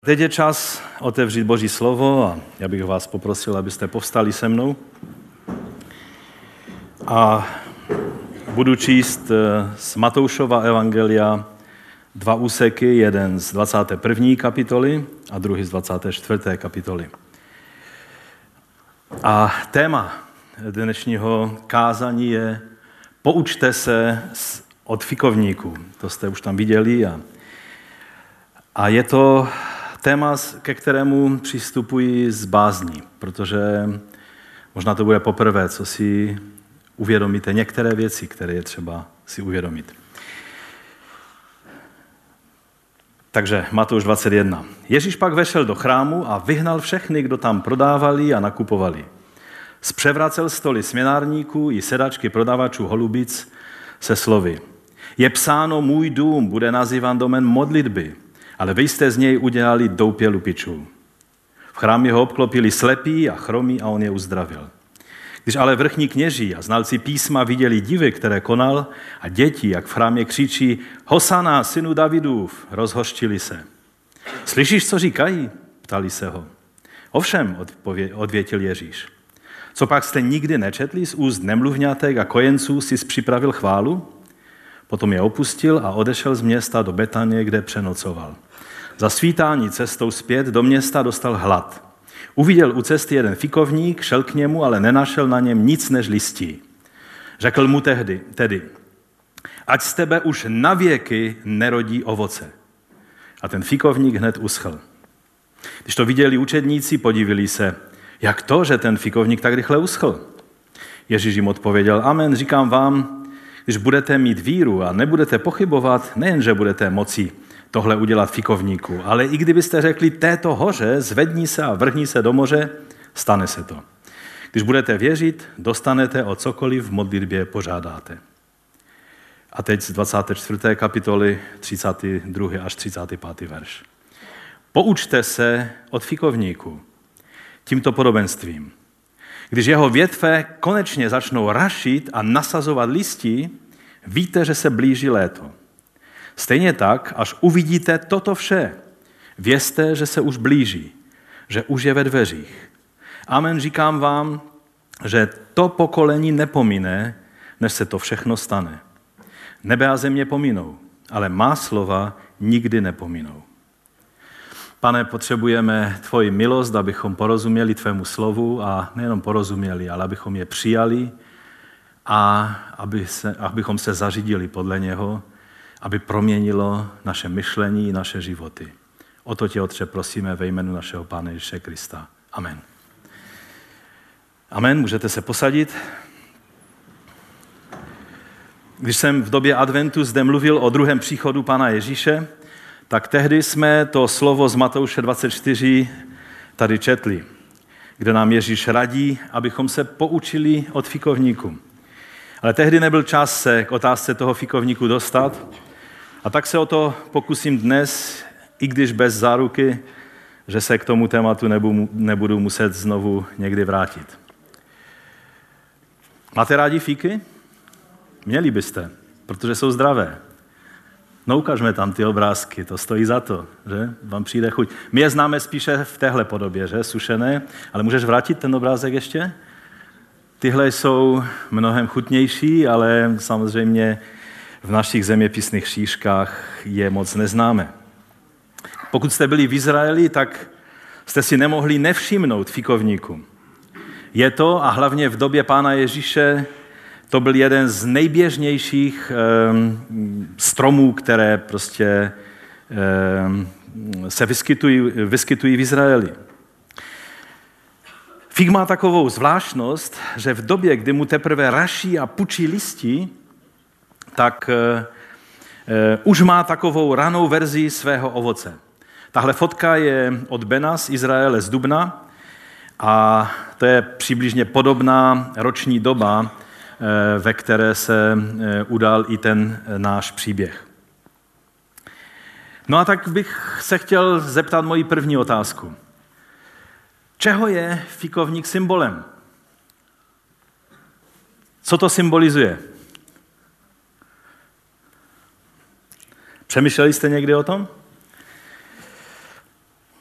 Teď je čas otevřít Boží slovo a já bych vás poprosil, abyste povstali se mnou. A budu číst z Matoušova evangelia 2 úseky, jeden z 21. kapitoly a druhý z 24. kapitoly. A téma dnešního kázání je poučte se od fikovníků. To jste už tam viděli a je to téma, ke kterému přistupuji s bázní, protože možná to bude poprvé, co si uvědomíte některé věci, které je třeba si uvědomit. Takže Matouš 21. Ježíš pak vešel do chrámu a vyhnal všechny, kdo tam prodávali a nakupovali. Zpřevracel stoly směnárníků i sedačky prodavačů holubic se slovy. Je psáno, můj dům bude nazýván domem modlitby, ale vy jste z něj udělali doupě lupičů. V chrámě ho obklopili slepí a chromí a on je uzdravil. Když ale vrchní kněží a znalci písma viděli divy, které konal, a děti, jak v chrámě křičí Hosana, synu Davidův, rozhořčili se. Slyšíš, co říkají? Ptali se ho. Ovšem, odvětil Ježíš. Co pak jste nikdy nečetli z úst nemluvňatek a kojenců si připravil chválu? Potom je opustil a odešel z města do Betanie, kde přenocoval. Za svítání cestou zpět do města dostal hlad. Uviděl u cesty jeden fikovník, šel k němu, ale nenašel na něm nic než listí. Řekl mu tedy, ať z tebe už navěky nerodí ovoce. A ten fikovník hned uschl. Když to viděli učedníci, podivili se, jak to, že ten fikovník tak rychle uschl. Ježíš jim odpověděl, amen, říkám vám, když budete mít víru a nebudete pochybovat, nejenže budete moci tohle udělat fikovníku, ale i kdybyste řekli této hoře, zvedni se a vrhni se do moře, stane se to. Když budete věřit, dostanete o cokoliv v modlitbě požádáte. A teď z 24. kapitoly 32. až 35. verš. Poučte se od fikovníku tímto podobenstvím. Když jeho větve konečně začnou rašit a nasazovat listí, víte, že se blíží léto. Stejně tak, až uvidíte toto vše, vězte, že se už blíží, že už je ve dveřích. Amen, říkám vám, že to pokolení nepomine, než se to všechno stane. Nebe a země pominou, ale má slova nikdy nepominou. Pane, potřebujeme tvoji milost, abychom porozuměli tvému slovu a nejenom porozuměli, ale abychom je přijali a abychom se zařídili podle něho, aby proměnilo naše myšlení i naše životy. O to tě, Otče, prosíme ve jménu našeho Pána Ježíše Krista. Amen. Amen, můžete se posadit. Když jsem v době adventu zde mluvil o druhém příchodu Pána Ježíše, tak tehdy jsme to slovo z Matouše 24 tady četli, kde nám Ježíš radí, abychom se poučili od fikovníků. Ale tehdy nebyl čas se k otázce toho fikovníku dostat, a tak se o to pokusím dnes, i když bez záruky, že se k tomu tématu nebudu muset znovu někdy vrátit. Máte rádi fíky? Měli byste, protože jsou zdravé. No ukažme tam ty obrázky, to stojí za to, že? Vám přijde chuť. My je známe spíše v téhle podobě, že? Sušené, ale můžeš vrátit ten obrázek ještě? Tyhle jsou mnohem chutnější, ale samozřejmě v našich zeměpisných šířkách je moc neznáme. Pokud jste byli v Izraeli, tak jste si nemohli nevšimnout fikovníku. Je to, a hlavně v době Pána Ježíše, to byl jeden z nejběžnějších stromů, které prostě se vyskytují v Izraeli. Fig má takovou zvláštnost, že v době, kdy mu teprve raší a pučí listí, tak už má takovou ranou verzi svého ovoce. Tahle fotka je od Bena z Izraele z dubna a to je přibližně podobná roční doba, ve které se udál i ten náš příběh. No a tak bych se chtěl zeptat moji první otázku. Čeho je fikovník symbolem? Co to symbolizuje? Přemýšleli jste někdy o tom?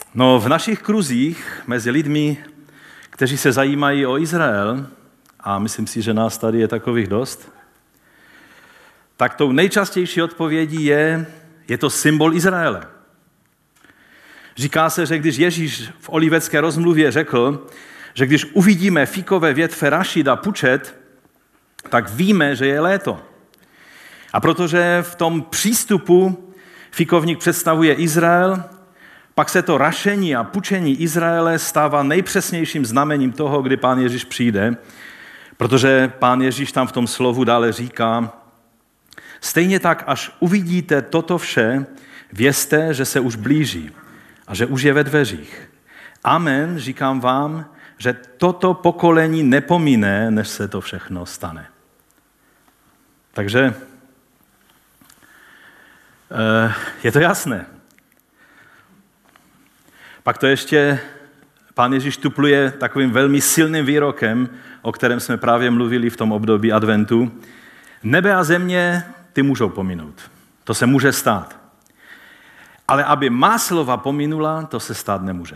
No, v našich kruzích mezi lidmi, kteří se zajímají o Izrael, a myslím si, že nás tady je takových dost, tak tou nejčastější odpovědí je to symbol Izraele. Říká se, že když Ježíš v olivecké rozmluvě řekl, že když uvidíme fíkové větve rašit a pučet, tak víme, že je léto. A protože v tom přístupu fikovník představuje Izrael, pak se to rašení a pučení Izraele stává nejpřesnějším znamením toho, kdy Pán Ježíš přijde, protože Pán Ježíš tam v tom slovu dále říká, stejně tak, až uvidíte toto vše, vězte, že se už blíží a že už je ve dveřích. Amen, říkám vám, že toto pokolení nepomine, než se to všechno stane. Takže je to jasné. Pak to ještě Pán Ježíš tupluje takovým velmi silným výrokem, o kterém jsme právě mluvili v tom období adventu. Nebe a země, ty můžou pominout. To se může stát. Ale aby má slova pominula, to se stát nemůže.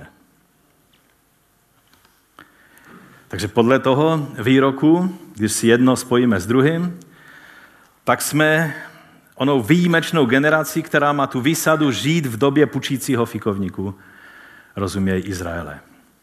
Takže podle toho výroku, když si jedno spojíme s druhým, tak jsme onou výjimečnou generací, která má tu výsadu žít v době pučícího fikovníku, rozuměj Izraele.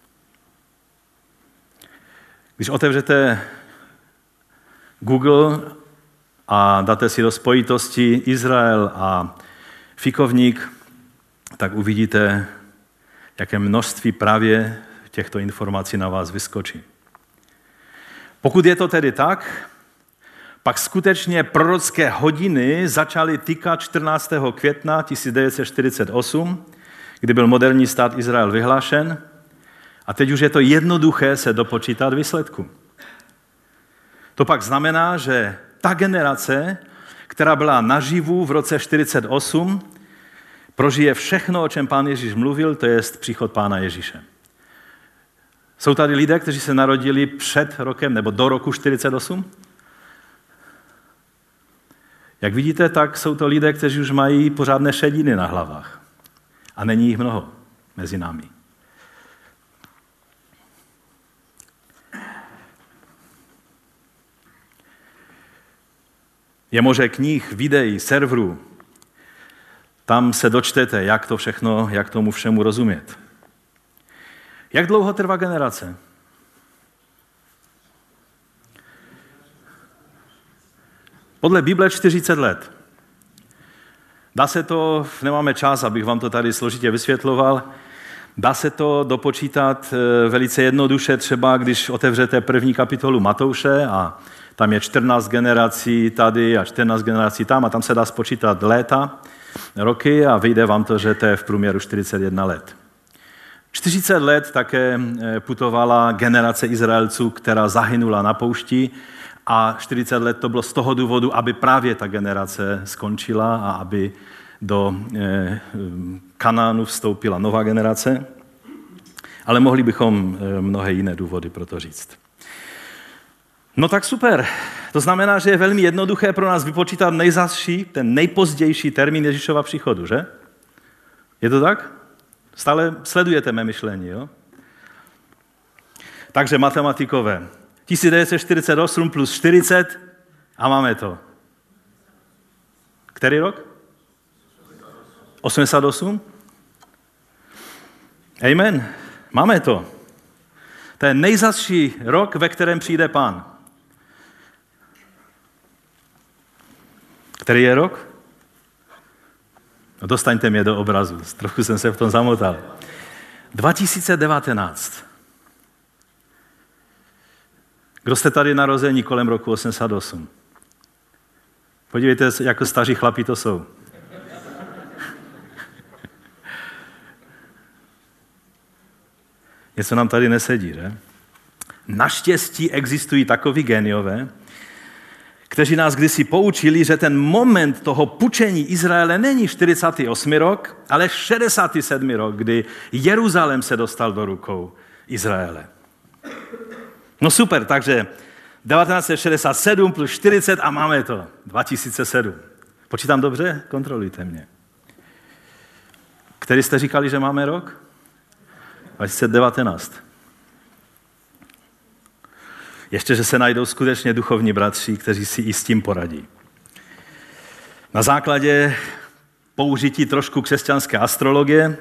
Když otevřete Google a dáte si do spojitosti Izrael a fikovník, tak uvidíte, jaké množství právě těchto informací na vás vyskočí. Pokud je to tedy tak, pak skutečně prorocké hodiny začaly tykat 14. května 1948, kdy byl moderní stát Izrael vyhlášen, a teď už je to jednoduché se dopočítat výsledku. To pak znamená, že ta generace, která byla naživu v roce 48, prožije všechno, o čem Pán Ježíš mluvil, to je příchod Pána Ježíše. Jsou tady lidé, kteří se narodili před rokem nebo do roku 48? Jak vidíte, tak jsou to lidé, kteří už mají pořádné šediny na hlavách. A není jich mnoho mezi námi. Je moře knih, videí, serverů. Tam se dočtete, jak to všechno, jak tomu všemu rozumět. Jak dlouho trvá generace? Podle Bible 40 let. Dá se to, nemáme čas, abych vám to tady složitě vysvětloval, dá se to dopočítat velice jednoduše, třeba když otevřete první kapitolu Matouše a tam je 14 generací tady a 14 generací tam a tam se dá spočítat léta, roky a vyjde vám to, že to je v průměru 41 let. 40 let také putovala generace Izraelců, která zahynula na poušti a 40 let to bylo z toho důvodu, aby právě ta generace skončila a aby do Kanánu vstoupila nová generace. Ale mohli bychom mnohé jiné důvody pro to říct. No tak super. To znamená, že je velmi jednoduché pro nás vypočítat nejzazší, ten nejpozdější termín Ježíšova příchodu, že? Je to tak? Stále sledujete mé myšlení, jo? Takže matematikové. 1948 plus 40 a máme to. Který rok? 88? Amen. Máme to. To je nejzazší rok, ve kterém přijde Pán. Který je rok? No, dostaňte mě do obrazu. Trochu jsem se v tom zamotal. 2019. Kdo jste tady narození kolem roku 88? Podívejte, jako staří chlapi to jsou. Něco nám tady nesedí, že? Naštěstí existují takoví géniové, kteří nás kdysi poučili, že ten moment toho pučení Izraele není 48. rok, ale 67. rok, kdy Jeruzalém se dostal do rukou Izraele. No super, takže 1967 plus 40 a máme to. 2007. Počítám dobře? Kontrolujte mě. Který jste říkali, že máme rok? 2019. Ještě, že se najdou skutečně duchovní bratři, kteří si i s tím poradí. Na základě použití trošku křesťanské astrologie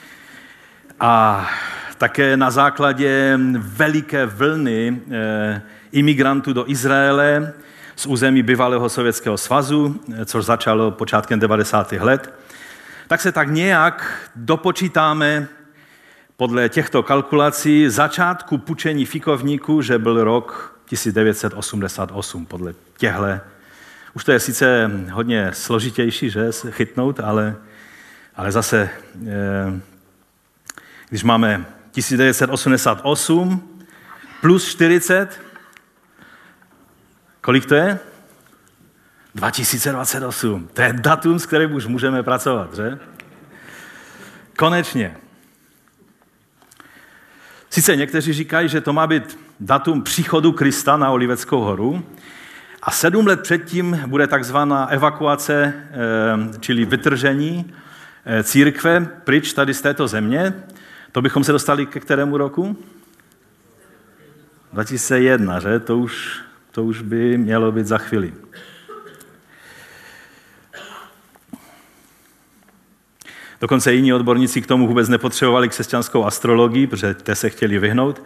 a také na základě veliké vlny imigrantů do Izraele z území bývalého Sovětského svazu, což začalo počátkem 90. let, tak se tak nějak dopočítáme podle těchto kalkulací začátku pučení fikovníků, že byl rok 1988 podle těchto. Už to je sice hodně složitější, že, chytnout, ale zase, když máme 1988 plus 40, kolik to je? 2028. To je datum, s kterým už můžeme pracovat, že? Konečně. Sice někteří říkají, že to má být datum příchodu Krista na Oliveckou horu a 7 let předtím bude takzvaná evakuace, čili vytržení církve pryč tady z této země. To bychom se dostali ke kterému roku? 2001, že? To už by mělo být za chvíli. Dokonce jiní odborníci k tomu vůbec nepotřebovali křesťanskou astrologii, protože té se chtěli vyhnout.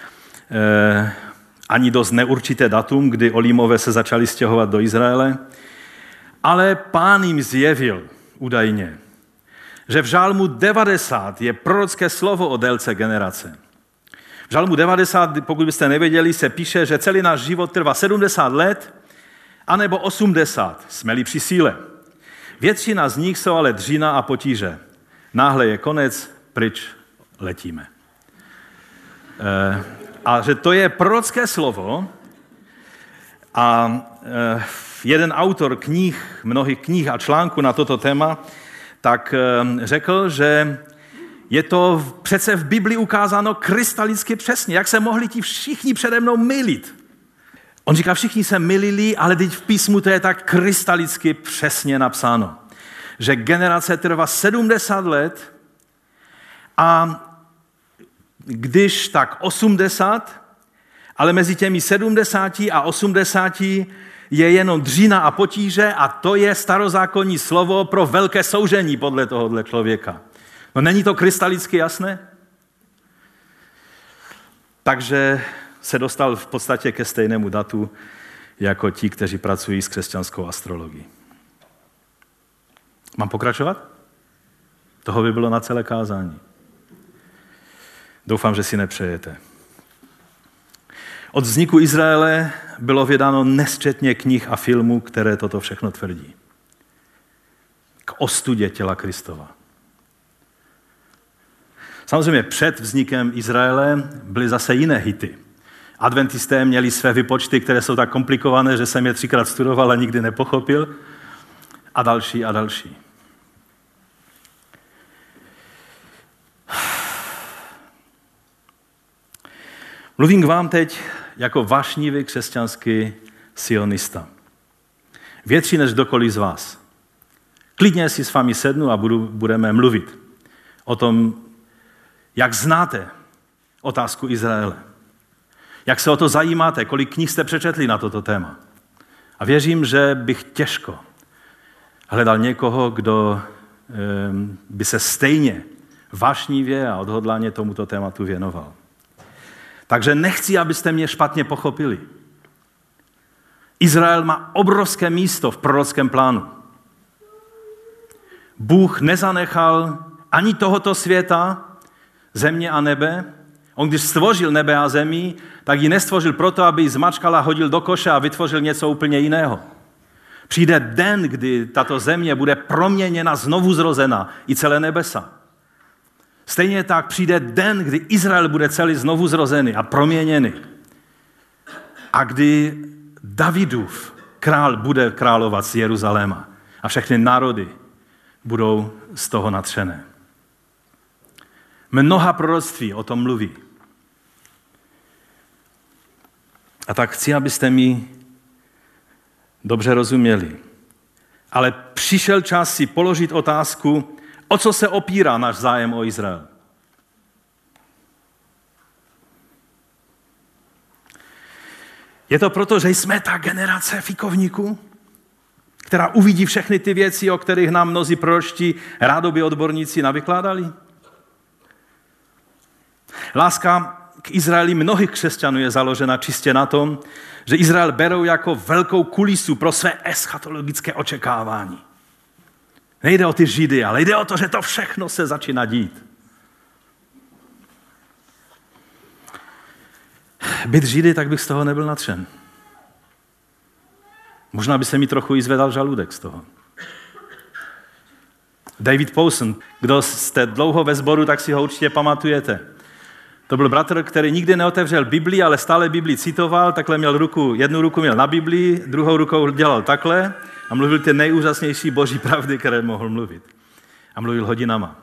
Ani dost neurčité datum, kdy Olímové se začali stěhovat do Izraele. Ale Pán jim zjevil údajně, že v Žalmu 90 je prorocké slovo o délce generace. V Žalmu 90, pokud byste nevěděli, se píše, že celý náš život trvá 70 let, anebo 80, jsme-li při síle. Většina z nich jsou ale dřína a potíže. Náhle je konec, pryč letíme. A že to je prorocké slovo a jeden autor mnohých knih a článků na toto téma, tak řekl, že je to přece v Biblii ukázáno krystalicky přesně. Jak se mohli ti všichni přede mnou mýlit? On říká, všichni se mylili, ale teď v písmu to je tak krystalicky přesně napsáno, že generace trvá 70 let a když tak 80, ale mezi těmi 70 a 80 je jenom dřína a potíže a to je starozákonní slovo pro velké soužení podle tohohle člověka. No není to krystalicky jasné? Takže se dostal v podstatě ke stejnému datu jako ti, kteří pracují s křesťanskou astrologií. Mám pokračovat? Toho by bylo na celé kázání. Doufám, že si nepřejete. Od vzniku Izraele bylo vydáno nesčetně knih a filmů, které toto všechno tvrdí. K ostudě těla Kristova. Samozřejmě před vznikem Izraele byly zase jiné hity. Adventisté měli své vypočty, které jsou tak komplikované, že jsem je 3krát studoval a nikdy nepochopil. A další a další. Mluvím k vám teď jako vášnivý křesťanský sionista. Větší než kdokoliv z vás. Klidně si s vámi sednu a budeme mluvit o tom, jak znáte otázku Izraele. Jak se o to zajímáte, kolik knih jste přečetli na toto téma. A věřím, že bych těžko hledal někoho, kdo by se stejně vášnivě a odhodlaně tomuto tématu věnoval. Takže nechci, abyste mě špatně pochopili. Izrael má obrovské místo v prorockém plánu. Bůh nezanechal ani tohoto světa, země a nebe. On když stvořil nebe a zemi, tak ji nestvořil proto, aby ji zmačkal a hodil do koše a vytvořil něco úplně jiného. Přijde den, kdy tato země bude proměněna, znovu zrozena i celé nebesa. Stejně tak přijde den, kdy Izrael bude celý znovu zrozený a proměněný. A kdy Davidův král bude královat z Jeruzaléma a všechny národy budou z toho nadšené. Mnoha proroctví o tom mluví. A tak chci, abyste mi dobře rozuměli. Ale přišel čas si položit otázku, o co se opírá náš zájem o Izrael. Je to proto, že jsme ta generace fikovníků, která uvidí všechny ty věci, o kterých nám mnozí proročtí rádoby odborníci navykládali? Láska k Izraeli mnohých křesťanů je založena čistě na tom, že Izrael berou jako velkou kulisu pro své eschatologické očekávání. Nejde o ty Židy, ale jde o to, že to všechno se začíná dít. Být Židy, tak bych z toho nebyl nadšen. Možná by se mi trochu i zvedal žaludek z toho. David Powson, kdo jste dlouho ve sboru, tak si ho určitě pamatujete. To byl bratr, který nikdy neotevřel Biblii, ale stále Biblii citoval, takhle měl jednu ruku měl na Biblii, druhou rukou dělal takhle a mluvil ty nejúžasnější boží pravdy, které mohl mluvit. A mluvil hodinama.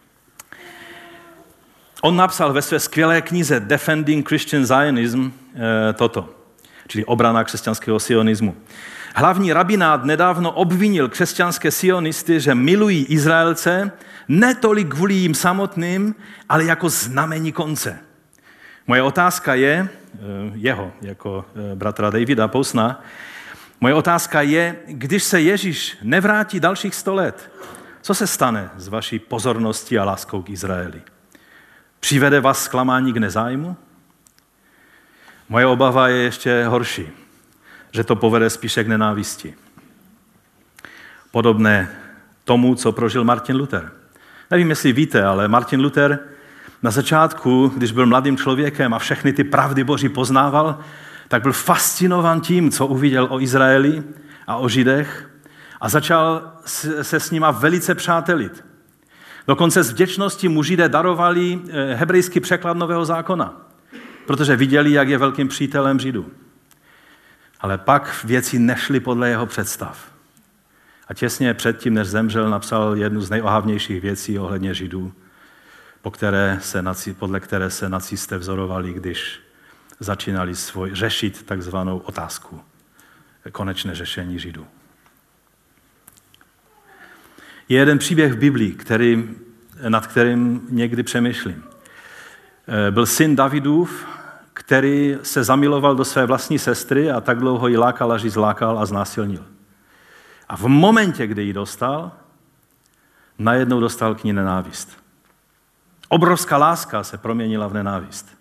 On napsal ve své skvělé knize Defending Christian Zionism toto, čili obrana křesťanského sionismu. Hlavní rabinát nedávno obvinil křesťanské sionisty, že milují Izraelce ne tolik kvůli jim samotným, ale jako znamení konce. Moje otázka je, jako bratra Davida Powsona, moje otázka je, když se Ježíš nevrátí dalších 100 let, co se stane s vaší pozorností a láskou k Izraeli? Přivede vás zklamání k nezájmu? Moje obava je ještě horší, že to povede spíše k nenávisti. Podobné tomu, co prožil Martin Luther. Nevím, jestli víte, ale Martin Luther na začátku, když byl mladým člověkem a všechny ty pravdy Boží poznával, tak byl fascinován tím, co uviděl o Izraeli a o Židech a začal se s nima velice přátelit. Dokonce z vděčnosti mu Židé darovali hebrejský překlad Nového zákona, protože viděli, jak je velkým přítelem Židů. Ale pak věci nešly podle jeho představ. A těsně předtím, než zemřel, napsal jednu z nejohavnějších věcí ohledně Židů, podle které se nacisté vzorovali, když začínali řešit takzvanou otázku, konečné řešení Židů. Je jeden příběh v Biblii, nad kterým někdy přemýšlím. Byl syn Davidův, který se zamiloval do své vlastní sestry a tak dlouho ji lákal, až ji zlákal a znásilnil. A v momentě, kdy ji dostal, najednou dostal k ní nenávist. Obrovská láska se proměnila v nenávist.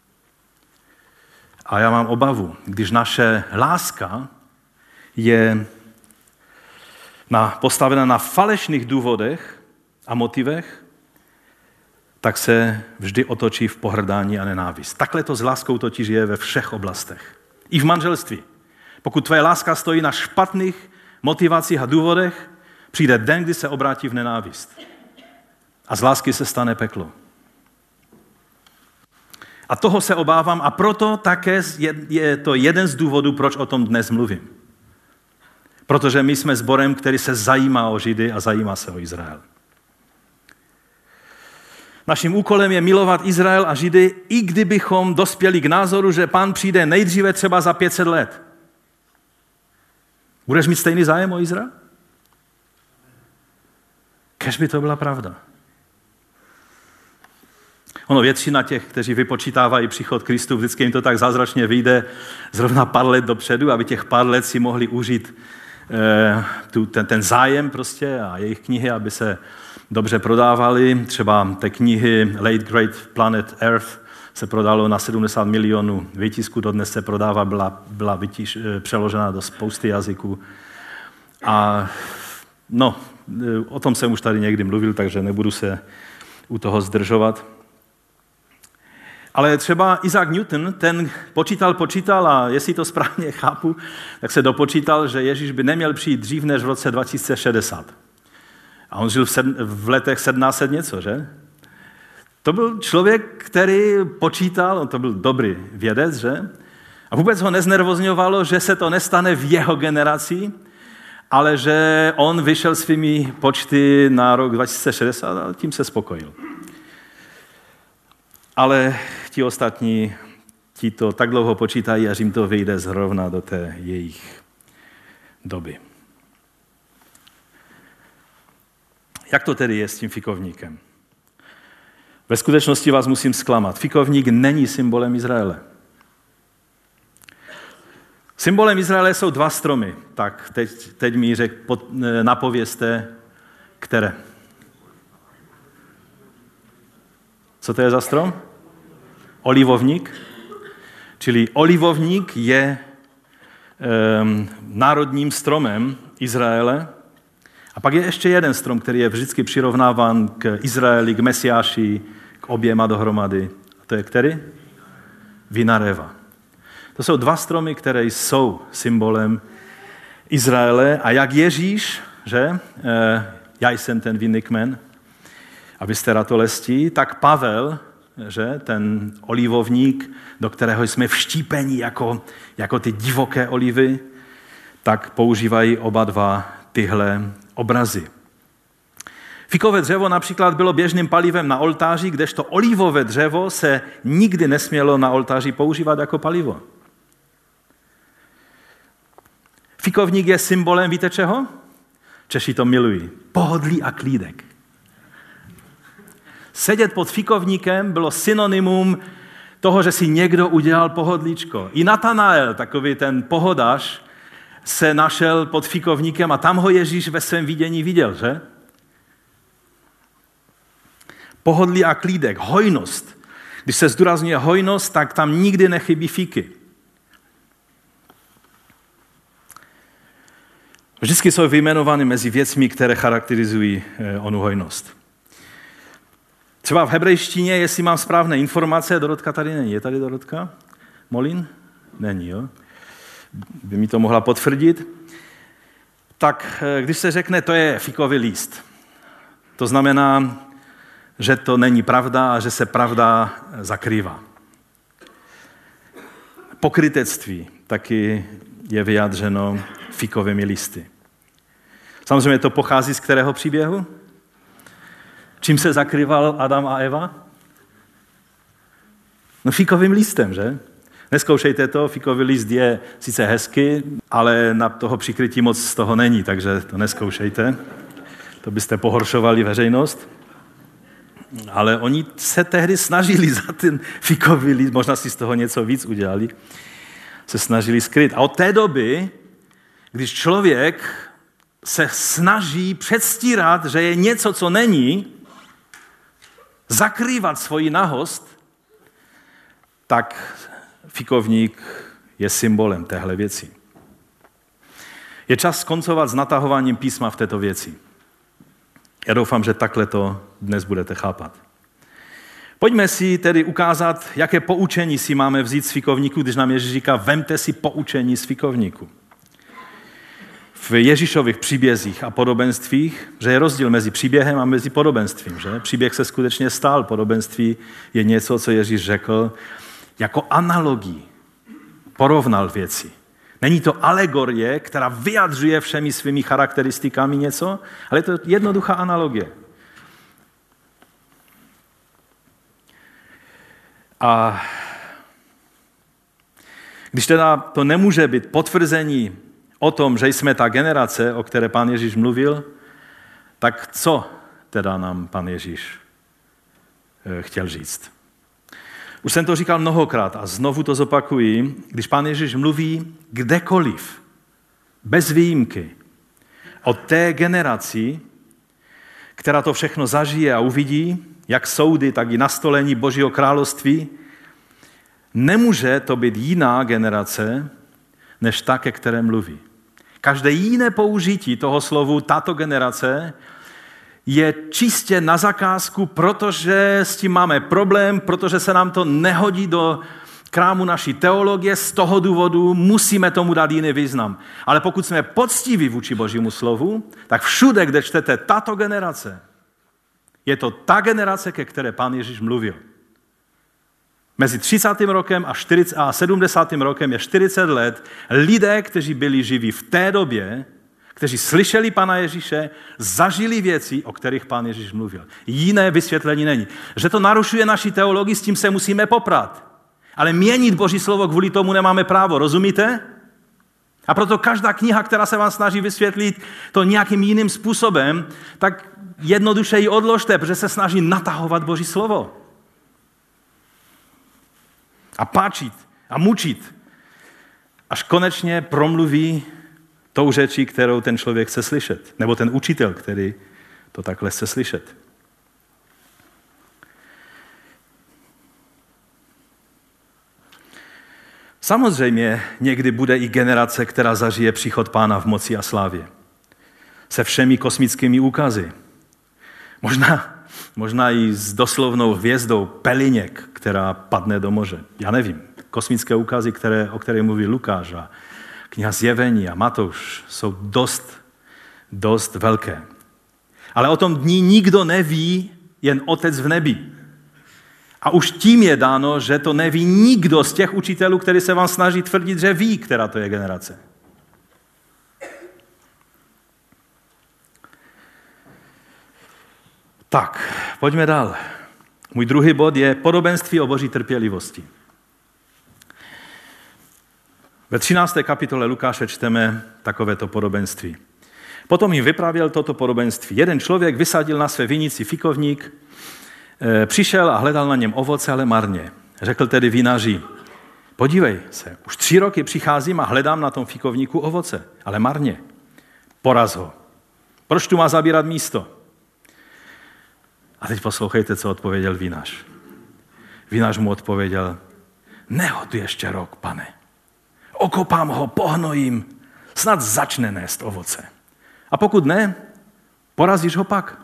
A já mám obavu, když naše láska je postavena na falešných důvodech a motivech, tak se vždy otočí v pohrdání a nenávist. Takhle to s láskou totiž je ve všech oblastech. I v manželství. Pokud tvoje láska stojí na špatných motivacích a důvodech, přijde den, kdy se obrátí v nenávist. A z lásky se stane peklo. A toho se obávám a proto také je to jeden z důvodů, proč o tom dnes mluvím. Protože my jsme sborem, který se zajímá o Židy a zajímá se o Izrael. Naším úkolem je milovat Izrael a Židy, i kdybychom dospěli k názoru, že Pán přijde nejdříve třeba za 500 let. Budeš mít stejný zájem o Izrael? Kéž by to byla pravda. Ono většina těch, kteří vypočítávají příchod Kristu, vždycky jim to tak zázračně vyjde zrovna pár let dopředu, aby těch pár let si mohli užít ten zájem prostě a jejich knihy, aby se dobře prodávaly. Třeba té knihy Late Great Planet Earth se prodalo na 70 milionů výtisků, dodnes se prodává, byla přeložena do spousty jazyků. A o tom jsem už tady někdy mluvil, takže nebudu se u toho zdržovat. Ale třeba Isaac Newton, ten počítal a jestli to správně chápu, tak se dopočítal, že Ježíš by neměl přijít dřív než v roce 2060. A on žil v letech 1700 něco, že? To byl člověk, který počítal, on to byl dobrý vědec, že? A vůbec ho neznervozňovalo, že se to nestane v jeho generaci, ale že on vyšel svými počty na rok 2060 a tím se spokojil. Ale ti ostatní, ti to tak dlouho počítají, až jim to vyjde zrovna do té jejich doby. Jak to tedy je s tím fikovníkem? Ve skutečnosti vás musím zklamat. Fikovník není symbolem Izraele. Symbolem Izraele jsou dva stromy. Tak teď mi napovězte, které. Co to je za strom? Olivovník. Čili olivovník je národním stromem Izraele. A pak je ještě jeden strom, který je vždycky přirovnáván k Izraeli, k Mesiáši, k oběma dohromady. A to je který? Vinareva. To jsou dva stromy, které jsou symbolem Izraele. A jak Ježíš, že? Já jsem ten vinný kmen, a vy jste ratolesti, tak Pavel, že? Ten olivovník, do kterého jsme vštípeni jako ty divoké olivy, tak používají oba dva tyhle obrazy. Fikové dřevo například bylo běžným palivem na oltáři, kdežto olivové dřevo se nikdy nesmělo na oltáři používat jako palivo. Fikovník je symbolem, víte čeho? Češi to milují. Pohodlí a klídek. Sedět pod fikovníkem bylo synonymum toho, že si někdo udělal pohodlíčko. I Natanael, takový ten pohodář, se našel pod fikovníkem a tam ho Ježíš ve svém vidění viděl, že? Pohodlí a klídek, hojnost. Když se zdůrazňuje hojnost, tak tam nikdy nechybí fíky. Vždycky jsou vyjmenovány mezi věcmi, které charakterizují onu hojnost. Třeba v hebrejštině, jestli mám správné informace, Dorotka tady není. Je tady Dorotka? Molin? Není, jo? By mi to mohla potvrdit. Tak když se řekne, to je fikový líst, to znamená, že to není pravda a že se pravda zakrývá. Pokrytectví taky je vyjádřeno fikovými listy. Samozřejmě to pochází z kterého příběhu? Čím se zakrýval Adam a Eva? No fikovým listem, že? Neskoušejte to, fikový list je sice hezky, ale na toho přikrytí moc z toho není, takže to neskoušejte. To byste pohoršovali veřejnost. Ale oni se tehdy snažili za ten fikový list, možná si z toho něco víc udělali, se snažili skryt. A od té doby, když člověk se snaží předstírat, že je něco, co není, zakrývat svoji nahost, tak fikovník je symbolem téhle věci. Je čas skoncovat s natahováním písma v této věci. Já doufám, že takhle to dnes budete chápat. Pojďme si tedy ukázat, jaké poučení si máme vzít z fikovníku, když nám Ježíš říká, vemte si poučení z fikovníku. V Ježíšových příbězích a podobenstvích, že je rozdíl mezi příběhem a mezi podobenstvím. Že? Příběh se skutečně stal, podobenství je něco, co Ježíš řekl jako analogii. Porovnal věci. Není to alegorie, která vyjadřuje všemi svými charakteristikami něco, ale je to jednoduchá analogie. A když teda to nemůže být potvrzení o tom, že jsme ta generace, o které Pán Ježíš mluvil, tak co teda nám Pán Ježíš chtěl říct? Už jsem to říkal mnohokrát a znovu to zopakuji, když Pán Ježíš mluví kdekoliv, bez výjimky, o té generaci, která to všechno zažije a uvidí, jak soudy, tak i nastolení Božího království, nemůže to být jiná generace, než ta, ke které mluví. Každé jiné použití toho slovu tato generace je čistě na zakázku, protože s tím máme problém, protože se nám to nehodí do krámu naší teologie, z toho důvodu musíme tomu dát jiný význam. Ale pokud jsme poctiví vůči Božímu slovu, tak všude, kde čtete tato generace, je to ta generace, ke které Pán Ježíš mluvil. Mezi 30. rokem a 70. rokem je 40 let. Lidé, kteří byli živí v té době, kteří slyšeli Pana Ježíše, zažili věci, o kterých Pán Ježíš mluvil. Jiné vysvětlení není. Že to narušuje naši teologii, s tím se musíme poprat. Ale měnit Boží slovo kvůli tomu nemáme právo, rozumíte? A proto každá kniha, která se vám snaží vysvětlit to nějakým jiným způsobem, tak jednoduše ji odložte, protože se snaží natahovat Boží slovo. A páčit a mučit. až konečně promluví tou řečí, kterou ten člověk chce slyšet. Nebo ten učitel, který to takhle chce slyšet. Samozřejmě někdy bude i generace, která zažije příchod Pána v moci a slávě. Se všemi kosmickými úkazy. Možná i s doslovnou hvězdou Peliněk, která padne do moře. Já nevím. Kosmické úkazy, o které mluví Lukáš a kniha Zjevení a Matouš, jsou dost velké. Ale o tom dní nikdo neví, jen Otec v nebi. A už tím je dáno, že to neví nikdo z těch učitelů, kteří se vám snaží tvrdit, že ví, která to je generace. Tak, pojďme dál. Můj druhý bod je podobenství o Boží trpělivosti. Ve 13. kapitole Lukáše čteme takovéto podobenství. Potom jim vyprávěl toto podobenství. Jeden člověk vysadil na své vinici fikovník, přišel a hledal na něm ovoce, ale marně. Řekl tedy vinaři, podívej se, už 3 roky přicházím a hledám na tom fikovníku ovoce, ale marně. Poraz ho. Proč tu má zabírat místo? A teď poslouchejte, co odpověděl vinař. Vinař mu odpověděl, neho tu ještě rok, pane. Okopám ho, pohnojím, snad začne nést ovoce. A pokud ne, porazíš ho pak.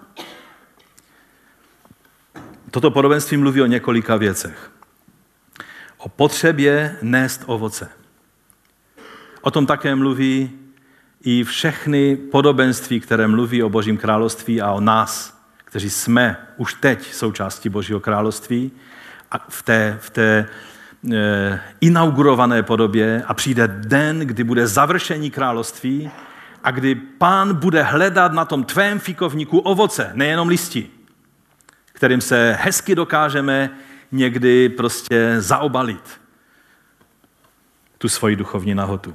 Toto podobenství mluví o několika věcech. O potřebě nést ovoce. O tom také mluví i všechny podobenství, které mluví o Božím království a o nás, kteří jsme už teď součástí Božího království a v té inaugurované podobě a přijde den, kdy bude završení království a kdy Pán bude hledat na tom tvém fikovníku ovoce, nejenom listi, kterým se hezky dokážeme někdy prostě zaobalit tu svoji duchovní nahotu.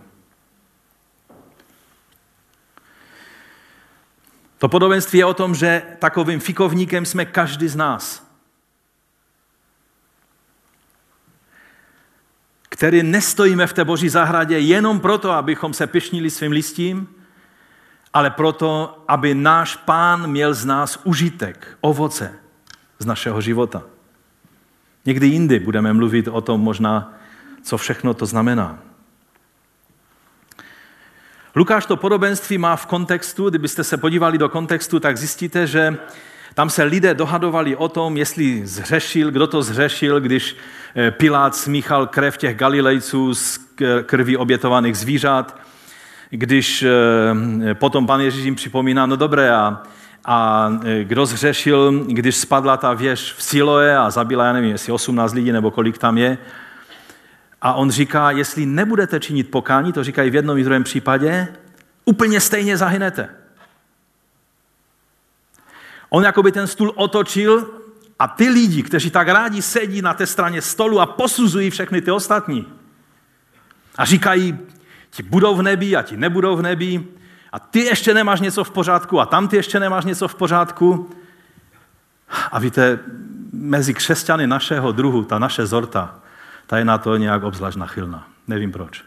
To podobenství je o tom, že takovým fikovníkem jsme každý z nás, který nestojíme v té Boží zahradě jenom proto, abychom se pyšnili svým listím, ale proto, aby náš Pán měl z nás užitek, ovoce z našeho života. Někdy jindy budeme mluvit o tom možná, co všechno to znamená. Lukáš to podobenství má v kontextu, kdybyste se podívali do kontextu, tak zjistíte, že tam se lidé dohadovali o tom, jestli zhřešil, kdo to zhřešil, když Pilát smíchal krev těch Galilejců z krví obětovaných zvířat, když potom pan Ježíš jim připomíná, no dobré, a kdo zhřešil, když spadla ta věž v Siloé a zabila, já nevím, jestli 18 lidí nebo kolik tam je. A on říká, jestli nebudete činit pokání, to říkají v jednom i v druhém případě, úplně stejně zahynete. On jakoby ten stůl otočil a ty lidi, kteří tak rádi sedí na té straně stolu a posuzují všechny ty ostatní a říkají, ti budou v nebi a ti nebudou v nebi a ty ještě nemáš něco v pořádku a tam ty ještě nemáš něco v pořádku. A víte, mezi křesťany našeho druhu, ta naše zorta, ta je na to nějak obzvlášť nachylná. Nevím proč.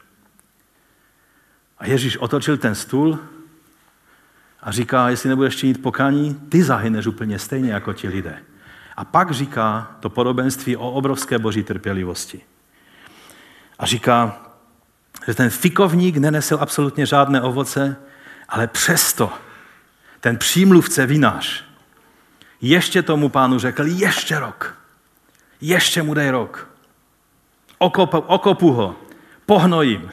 A Ježíš otočil ten stůl a říká, jestli nebudeš činit pokání, ty zahyneš úplně stejně jako ti lidé. A pak říká to podobenství o obrovské Boží trpělivosti. A říká, že ten fikovník nenesl absolutně žádné ovoce, ale přesto ten přímluvce vinař ještě tomu pánu řekl, ještě rok, ještě mu dej rok. Okopu ho, pohnojím.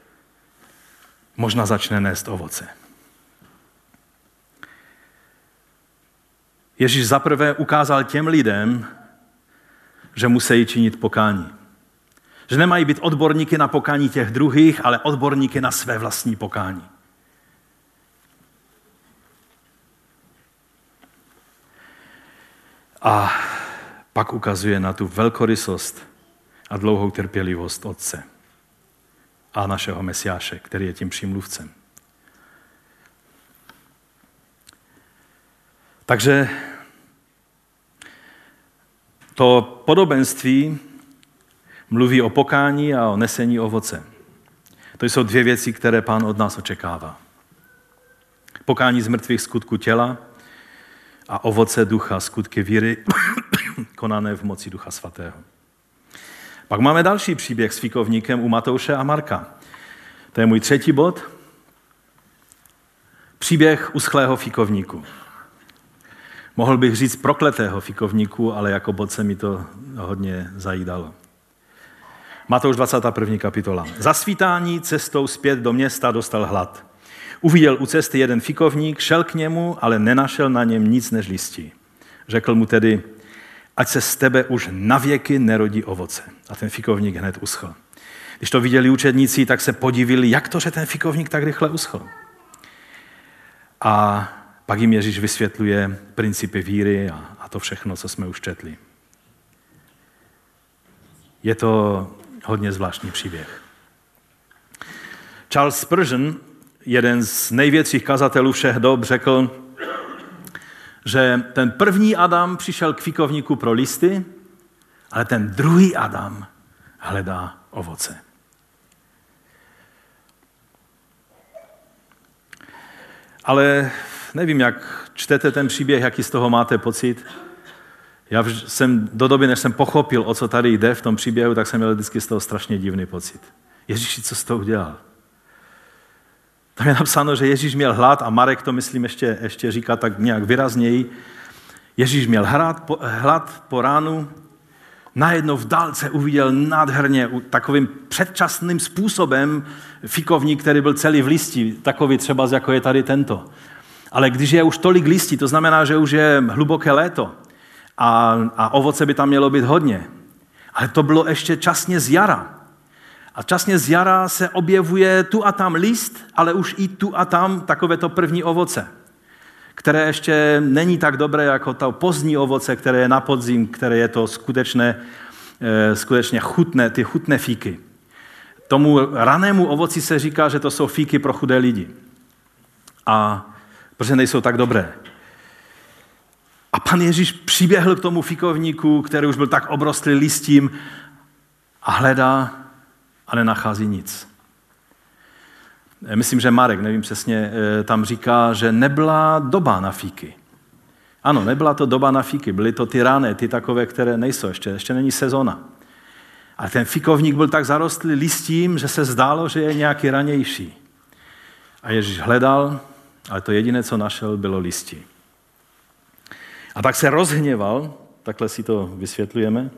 Možná začne nést ovoce. Ježíš zaprvé ukázal těm lidem, že musí činit pokání. Že nemají být odborníky na pokání těch druhých, ale odborníky na své vlastní pokání. A pak ukazuje na tu velkorysost a dlouhou trpělivost Otce a našeho Mesiáše, který je tím přímluvcem. Takže to podobenství mluví o pokání a o nesení ovoce. To jsou dvě věci, které Pán od nás očekává. Pokání z mrtvých skutku těla a ovoce ducha, skutky víry, konané v moci Ducha Svatého. Pak máme další příběh s fikovníkem u Matouše a Marka. To je můj třetí bod. Příběh uschlého fikovníku. Mohl bych říct prokletého fikovníku, ale jako bod se mi to hodně zajídalo. Matouš 21. kapitola. Za svítání cestou zpět do města dostal hlad. Uviděl u cesty jeden fikovník, šel k němu, ale nenašel na něm nic než listí. Řekl mu tedy, ať se z tebe už navěky nerodí ovoce. A ten fikovník hned uschl. Když to viděli učedníci, tak se podivili, jak to, že ten fikovník tak rychle uschl. A pak jim Ježíš vysvětluje principy víry a to všechno, co jsme už četli. Je to hodně zvláštní příběh. Charles Spurgeon, jeden z největších kazatelů všech dob, řekl, že ten první Adam přišel k fikovníku pro listy, ale ten druhý Adam hledá ovoce. Ale nevím, jak čtete ten příběh, jaký z toho máte pocit. Já jsem do doby, než jsem pochopil, o co tady jde v tom příběhu, tak jsem měl vždycky z toho strašně divný pocit. Ježíši, co z toho udělal? Tam je napsáno, že Ježíš měl hlad a Marek to, myslím, ještě říká tak nějak výrazněji. Ježíš měl hlad po ránu, najednou v dálce uviděl nádherně takovým předčasným způsobem fikovník, který byl celý v listi, takový třeba, jako je tady tento. Ale když je už tolik listí, to znamená, že už je hluboké léto a ovoce by tam mělo být hodně. Ale to bylo ještě časně z jara. A časně z jara se objevuje tu a tam list, ale už i tu a tam takovéto první ovoce, které ještě není tak dobré jako to pozdní ovoce, které je na podzim, které je to skutečně chutné, ty chutné fíky. Tomu ranému ovoci se říká, že to jsou fíky pro chudé lidi. A protože nejsou tak dobré. A pan Ježíš přiběhl k tomu fikovníku, který už byl tak obrostlý listím a hledá a nenachází nic. Myslím, že Marek, nevím přesně, tam říká, že nebyla doba na fíky. Ano, nebyla to doba na fíky, byly to ty rané, ty takové, které nejsou, ještě není sezona. A ten fikovník byl tak zarostlý listím, že se zdálo, že je nějaký ranější. A Ježíš hledal, ale to jediné, co našel, bylo listí. A tak se rozhněval, takhle si to vysvětlujeme,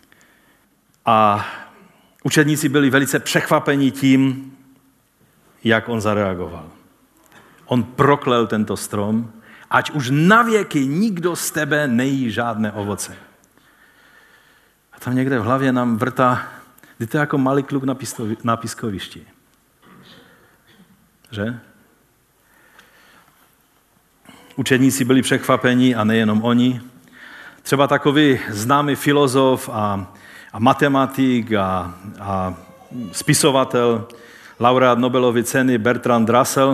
a učedníci byli velice překvapeni tím, jak on zareagoval. On proklel tento strom, ať už navěky nikdo z tebe nejí žádné ovoce. A tam někde v hlavě nám vrtá, to je jako malý kluk na pískovišti. Že? Učedníci byli překvapeni a nejenom oni. Třeba takový známý filozof a matematik a spisovatel, laureát Nobelovy ceny Bertrand Russell,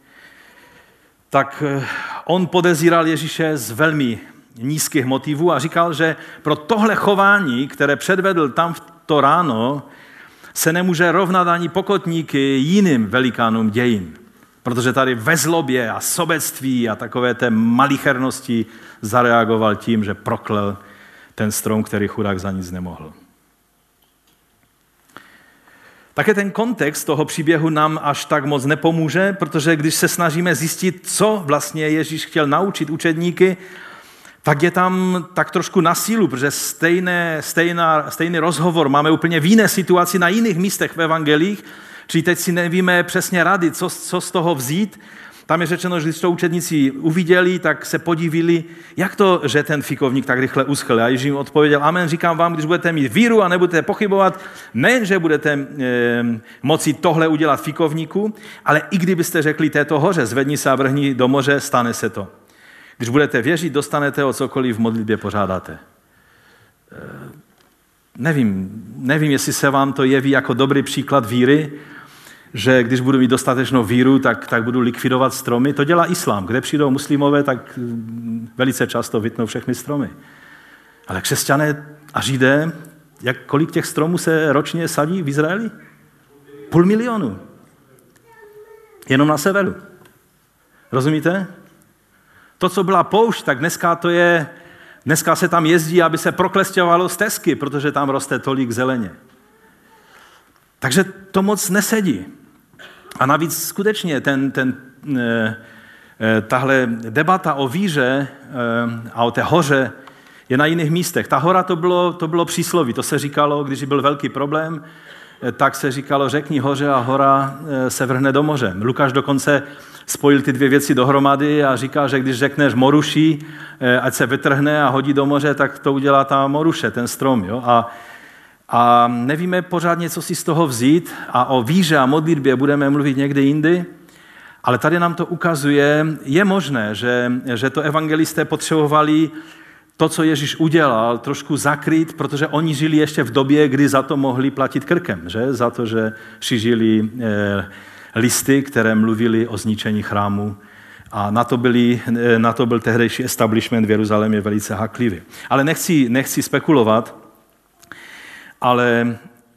tak on podezíral Ježíše z velmi nízkých motivů a říkal, že pro tohle chování, které předvedl tam v to ráno, se nemůže rovnat ani pokotníky jiným velikánům dějin. Protože tady ve zlobě a sobectví a takové té malichernosti zareagoval tím, že proklel ten strom, který chudák za nic nemohl. Také ten kontext toho příběhu nám až tak moc nepomůže, protože když se snažíme zjistit, co vlastně Ježíš chtěl naučit učedníky, tak je tam tak trošku na sílu, protože stejný rozhovor máme úplně v jiné situaci na jiných místech v evangelích, čili teď si nevíme přesně rady, co z toho vzít. Tam je řečeno, že když to učedníci uviděli, tak se podivili, jak to, že ten fikovník tak rychle uschl. A Ježíš jim odpověděl, amen, říkám vám, když budete mít víru a nebudete pochybovat, nejenže budete moci tohle udělat fikovníku, ale i kdybyste řekli této hoře, zvedni se a vrhni do moře, stane se to. Když budete věřit, dostanete o cokoliv v modlitbě pořádáte. Nevím, jestli se vám to jeví jako dobrý příklad víry, že když budu mít dostatečnou víru, tak budu likvidovat stromy. To dělá islám. Kde přijdou muslimové, tak velice často vytnou všechny stromy. Ale křesťané a židé, kolik těch stromů se ročně sadí v Izraeli? 500 000. Jenom na severu. Rozumíte? To, co byla poušť, tak dneska se tam jezdí, aby se proklesťovalo stezky, protože tam roste tolik zeleně. Takže to moc nesedí. A navíc skutečně tahle debata o víře a o té hoře je na jiných místech. Ta hora to bylo přísloví, to se říkalo, když byl velký problém, tak se říkalo, řekni hoře a hora se vrhne do moře. Lukáš dokonce spojil ty dvě věci dohromady a říká, že když řekneš moruší, ať se vytrhne a hodí do moře, tak to udělá ta moruše, ten strom. Jo? A nevíme pořádně, co si z toho vzít a o víře a modlitbě budeme mluvit někdy jindy, ale tady nám to ukazuje, je možné, že to evangelisté potřebovali to, co Ježíš udělal, trošku zakrýt, protože oni žili ještě v době, kdy za to mohli platit krkem, že? Za to, že šířili listy, které mluvili o zničení chrámu. A na to byl tehdejší establishment v Jeruzalémě velice háklivý. Ale nechci spekulovat, ale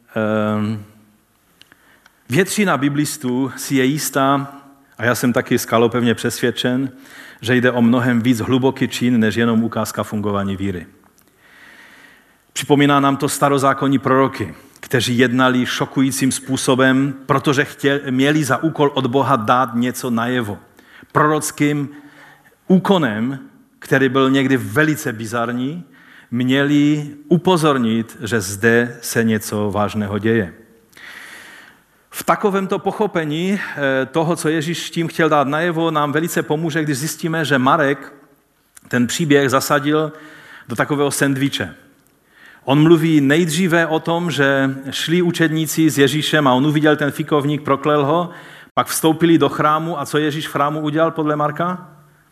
většina biblistů si je jistá, a já jsem taky skalopevně přesvědčen, že jde o mnohem víc hluboký čin, než jenom ukázka fungování víry. Připomíná nám to starozákonní proroky, kteří jednali šokujícím způsobem, protože měli za úkol od Boha dát něco najevo. Prorockým úkonem, který byl někdy velice bizarní, měli upozornit, že zde se něco vážného děje. V takovémto pochopení toho, co Ježíš tím chtěl dát najevo, nám velice pomůže, když zjistíme, že Marek ten příběh zasadil do takového sendviče. On mluví nejdříve o tom, že šli učedníci s Ježíšem a on uviděl ten fikovník, proklel ho, pak vstoupili do chrámu a co Ježíš v chrámu udělal podle Marka?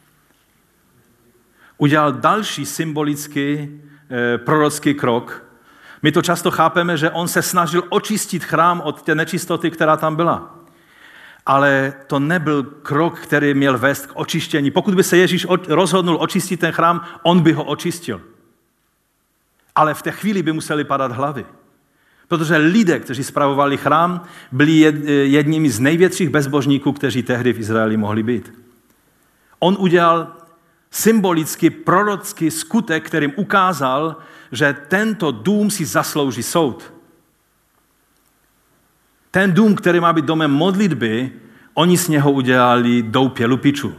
Udělal další symbolický prorocký krok. My to často chápeme, že on se snažil očistit chrám od té nečistoty, která tam byla. Ale to nebyl krok, který měl vést k očištění. Pokud by se Ježíš rozhodnul očistit ten chrám, on by ho očistil. Ale v té chvíli by museli padat hlavy. Protože lidé, kteří spravovali chrám, byli jedními z největších bezbožníků, kteří tehdy v Izraeli mohli být. On udělal symbolický, prorocký skutek, kterým ukázal, že tento dům si zaslouží soud. Ten dům, který má být domem modlitby, oni z něho udělali doupě lupičů.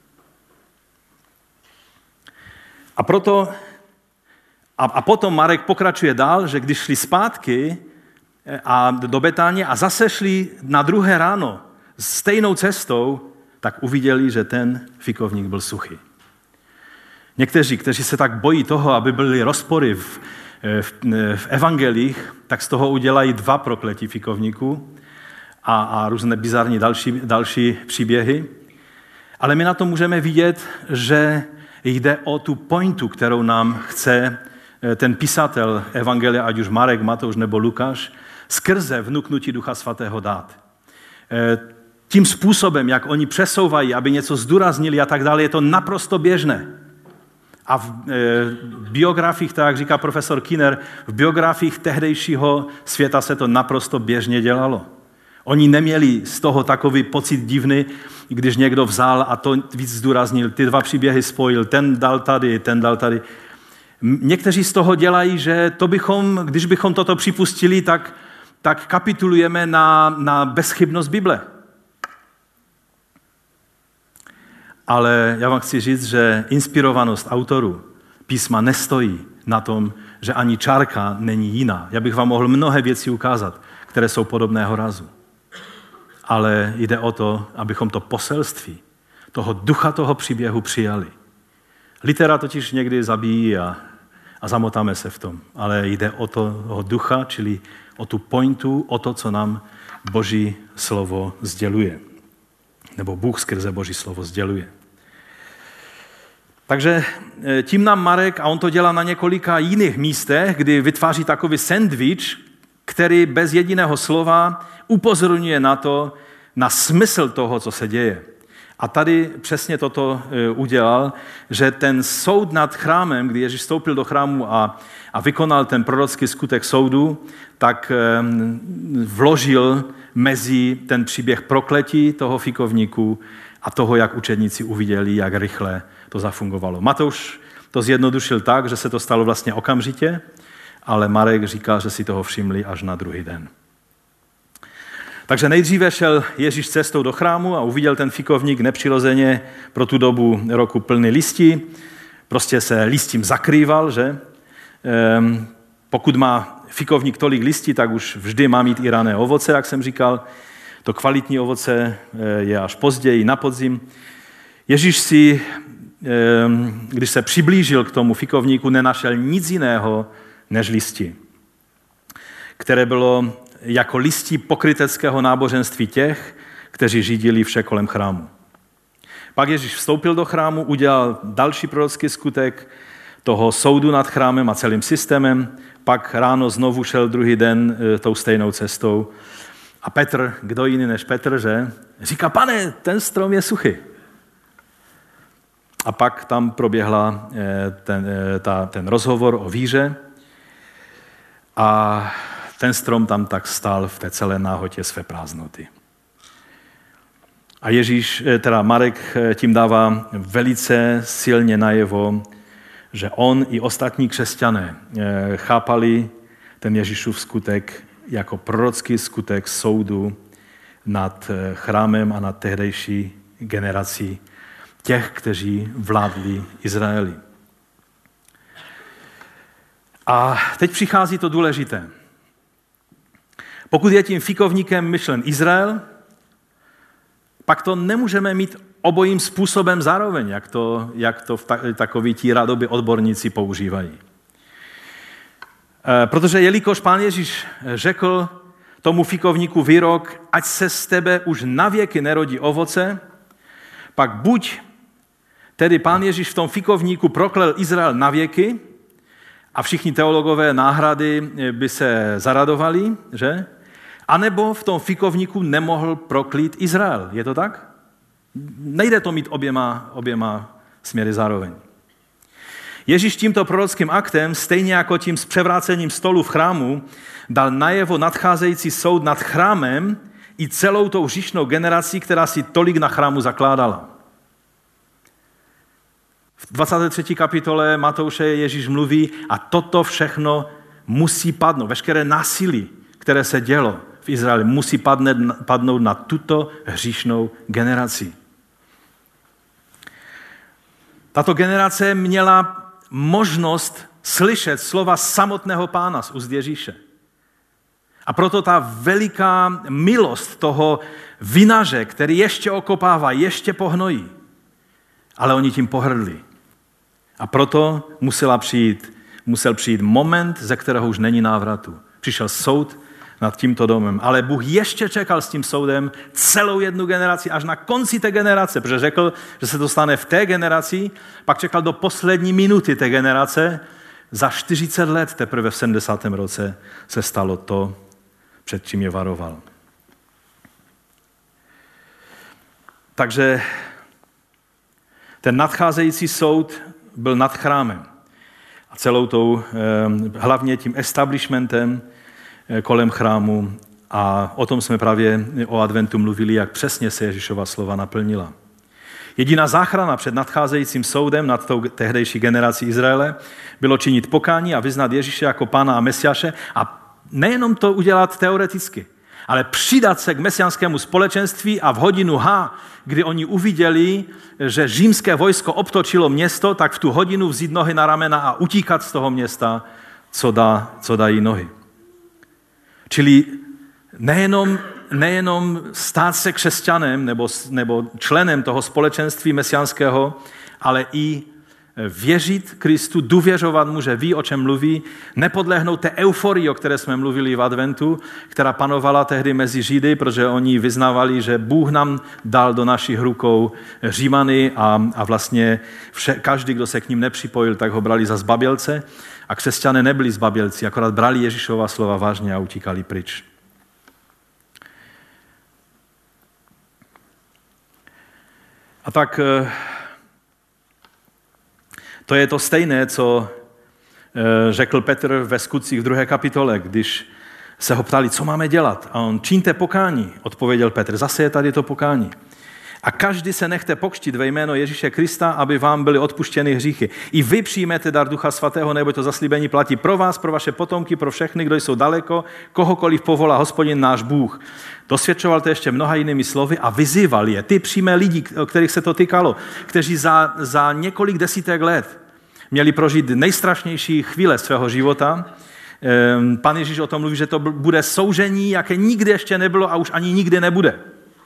A potom Marek pokračuje dál, že když šli zpátky a do Betánie a zase šli na druhé ráno stejnou cestou, tak uviděli, že ten fikovník byl suchý. Někteří, kteří se tak bojí toho, aby byly rozpory v evangelích, tak z toho udělají 2 prokletí fikovníků a různé bizarní další příběhy. Ale my na to můžeme vidět, že jde o tu pointu, kterou nám chce ten pisatel evangelia, ať už Marek, Matouš nebo Lukáš, skrze vnuknutí Ducha Svatého dát. Tím způsobem, jak oni přesouvají, aby něco zdůraznili a tak dále, je to naprosto běžné. A v biografiích, tak jak říká profesor Kinner, v biografiích tehdejšího světa se to naprosto běžně dělalo. Oni neměli z toho takový pocit divný, když někdo vzal a to víc zdůraznil, ty 2 příběhy spojil, ten dal tady. Někteří z toho dělají, že když bychom toto připustili, tak kapitulujeme na bezchybnost Bible. Ale já vám chci říct, že inspirovanost autorů písma nestojí na tom, že ani čárka není jiná. Já bych vám mohl mnohé věci ukázat, které jsou podobného razu. Ale jde o to, abychom to poselství, toho ducha toho příběhu přijali. Litera totiž někdy zabíjí a zamotáme se v tom. Ale jde o toho ducha, čili o tu pointu, o to, co nám Boží slovo sděluje. Nebo Bůh skrze Boží slovo sděluje. Takže tím nám Marek, a on to dělá na několika jiných místech, kdy vytváří takový sendvič, který bez jediného slova upozorňuje na smysl toho, co se děje. A tady přesně toto udělal, že ten soud nad chrámem, kdy Ježíš vstoupil do chrámu a vykonal ten prorocký skutek soudu, tak vložil mezi ten příběh prokletí toho fikovníku a toho, jak učedníci uviděli, jak rychle to zafungovalo. Matouš to zjednodušil tak, že se to stalo vlastně okamžitě, ale Marek říká, že si toho všimli až na druhý den. Takže nejdříve šel Ježíš cestou do chrámu a uviděl ten fikovník nepřirozeně pro tu dobu roku plný listí. Prostě se listím zakrýval, že? Pokud má fikovník tolik listí, tak už vždy má mít i rané ovoce, jak jsem říkal. To kvalitní ovoce je až později, na podzim. Ježíš si, když se přiblížil k tomu fikovníku, nenašel nic jiného než listí, které bylo jako listí pokryteckého náboženství těch, kteří řídili vše kolem chrámu. Pak Ježíš vstoupil do chrámu, udělal další prorocký skutek toho soudu nad chrámem a celým systémem, pak ráno znovu šel druhý den tou stejnou cestou. A Petr, kdo jiný než Petr, že? Říká, pane, ten strom je suchý. A pak tam proběhla ten rozhovor o víře a ten strom tam tak stál v té celé náhotě své prázdnoty. A Marek tím dává velice silně najevo, že on i ostatní křesťané chápali ten Ježíšův skutek jako prorocký skutek soudu nad chrámem a nad tehdejší generací těch, kteří vládli Izraeli. A teď přichází to důležité. Pokud je tím fikovníkem myšlen Izrael, pak to nemůžeme mít obojím způsobem zároveň, jak to takoví ti radoby odborníci používají. Protože jelikož Pán Ježíš řekl tomu fikovníku výrok, ať se z tebe už navěky nerodí ovoce, pak buď tedy Pán Ježíš v tom fikovníku proklel Izrael navěky a všichni teologové náhrady by se zaradovali, že? A nebo v tom fikovníku nemohl proklít Izrael. Je to tak? Nejde to mít oběma směry zároveň. Ježíš tímto prorockým aktem, stejně jako tím s převrácením stolu v chrámu, dal najevo nadcházející soud nad chrámem i celou tou hříšnou generací, která si tolik na chrámu zakládala. V 23. kapitole Matouše Ježíš mluví a toto všechno musí padnout. Veškeré násilí, které se dělo v Izraeli, musí padnout na tuto hříšnou generaci. Tato generace měla možnost slyšet slova samotného Pána z úst Ježíše. A proto ta veliká milost toho vinaře, který ještě okopává, ještě pohnojí. Ale oni tím pohrdli. A proto musel přijít moment, ze kterého už není návratu. Přišel soud nad tímto domem. Ale Bůh ještě čekal s tím soudem celou jednu generaci, až na konci té generace, protože řekl, že se to stane v té generaci, pak čekal do poslední minuty té generace. Za 40 let teprve v 70. roce se stalo to, před čím je varoval. Takže ten nadcházející soud byl nad chrámem a celou tou, hlavně tím establishmentem kolem chrámu a o tom jsme právě o adventu mluvili, jak přesně se Ježíšova slova naplnila. Jediná záchrana před nadcházejícím soudem nad tou tehdejší generací Izraele bylo činit pokání a vyznat Ježíše jako Pána a Mesiáše a nejenom to udělat teoreticky, ale přidat se k mesiánskému společenství a v hodinu H, kdy oni uviděli, že římské vojsko obtočilo město, tak v tu hodinu vzít nohy na ramena a utíkat z toho města, co dají nohy. Čili nejenom stát se křesťanem nebo členem toho společenství mesiánského, ale i věřit Kristu, důvěřovat mu, že ví, o čem mluví, nepodlehnout té euforii, o které jsme mluvili v adventu, která panovala tehdy mezi Židy, protože oni vyznávali, že Bůh nám dal do našich rukou Římany a vlastně každý, kdo se k ním nepřipojil, tak ho brali za zbabělce a křesťané nebyli zbabělci, akorát brali Ježíšova slova vážně a utíkali pryč. A tak to je to stejné, co řekl Petr ve Skutcích v 2. kapitole, když se ho ptali, co máme dělat. A on, čiňte pokání, odpověděl Petr. Zase je tady to pokání. A každý se nechte pokřtít ve jméno Ježíše Krista, aby vám byly odpuštěny hříchy. I vy přijmete dar Ducha Svatého, neboť to zaslíbení platí pro vás, pro vaše potomky, pro všechny, kdo jsou daleko, kohokoliv povolá Hospodin náš Bůh. Dosvědčoval to ještě mnoha jinými slovy a vyzýval je. Ty přijmé lidi, o kterých se to týkalo, kteří za několik desítek let měli prožít nejstrašnější chvíle svého života. Pan Ježíš o tom mluví, že to bude soužení, jaké nikdy ještě nebylo a už ani nikdy nebude.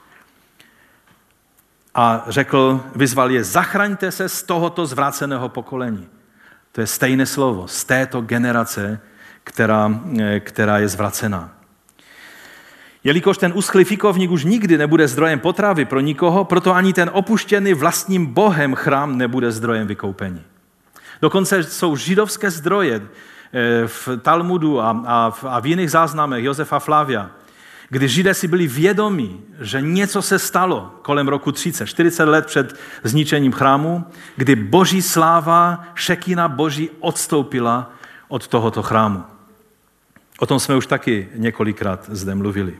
A vyzval je, zachraňte se z tohoto zvráceného pokolení. To je stejné slovo, z této generace, která je zvracená. Jelikož ten uschlý fikovník už nikdy nebude zdrojem potravy pro nikoho, proto ani ten opuštěný vlastním Bohem chrám nebude zdrojem vykoupení. Dokonce jsou židovské zdroje v Talmudu a v jiných záznamech Josefa Flavia, kdy Židé si byli vědomí, že něco se stalo kolem roku 30, 40 let před zničením chrámu, kdy boží sláva, šekina boží odstoupila od tohoto chrámu. O tom jsme už taky několikrát zde mluvili.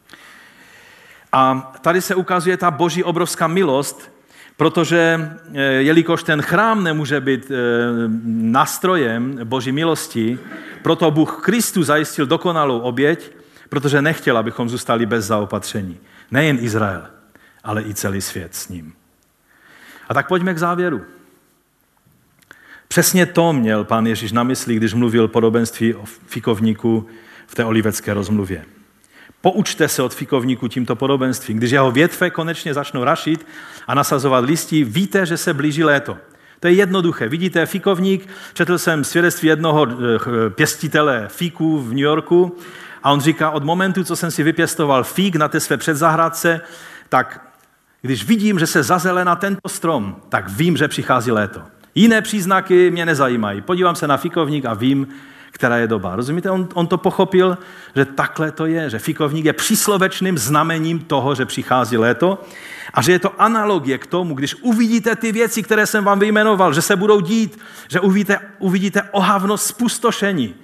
A tady se ukazuje ta boží obrovská milost, protože jelikož ten chrám nemůže být nástrojem boží milosti, proto Bůh Kristu zajistil dokonalou oběť, protože nechtěl, abychom zůstali bez zaopatření. Nejen Izrael, ale i celý svět s ním. A tak pojďme k závěru. Přesně to měl Pán Ježíš na mysli, když mluvil podobenství o fikovníku v té olivecké rozmluvě. Poučte se od fikovníku tímto podobenstvím. Když jeho větve konečně začnou rašit a nasazovat listí, víte, že se blíží léto. To je jednoduché. Vidíte, fikovník, četl jsem svědectví jednoho pěstitele fíků v New Yorku a on říká, od momentu, co jsem si vypěstoval fík na té své předzahrádce, tak když vidím, že se zazelená tento strom, tak vím, že přichází léto. Jiné příznaky mě nezajímají. Podívám se na fikovník a vím, která je doba. Rozumíte? On to pochopil, že takhle to je, že fikovník je příslovečným znamením toho, že přichází léto a že je to analogie k tomu, když uvidíte ty věci, které jsem vám vyjmenoval, že se budou dít, že uvidíte ohavnost spustošení,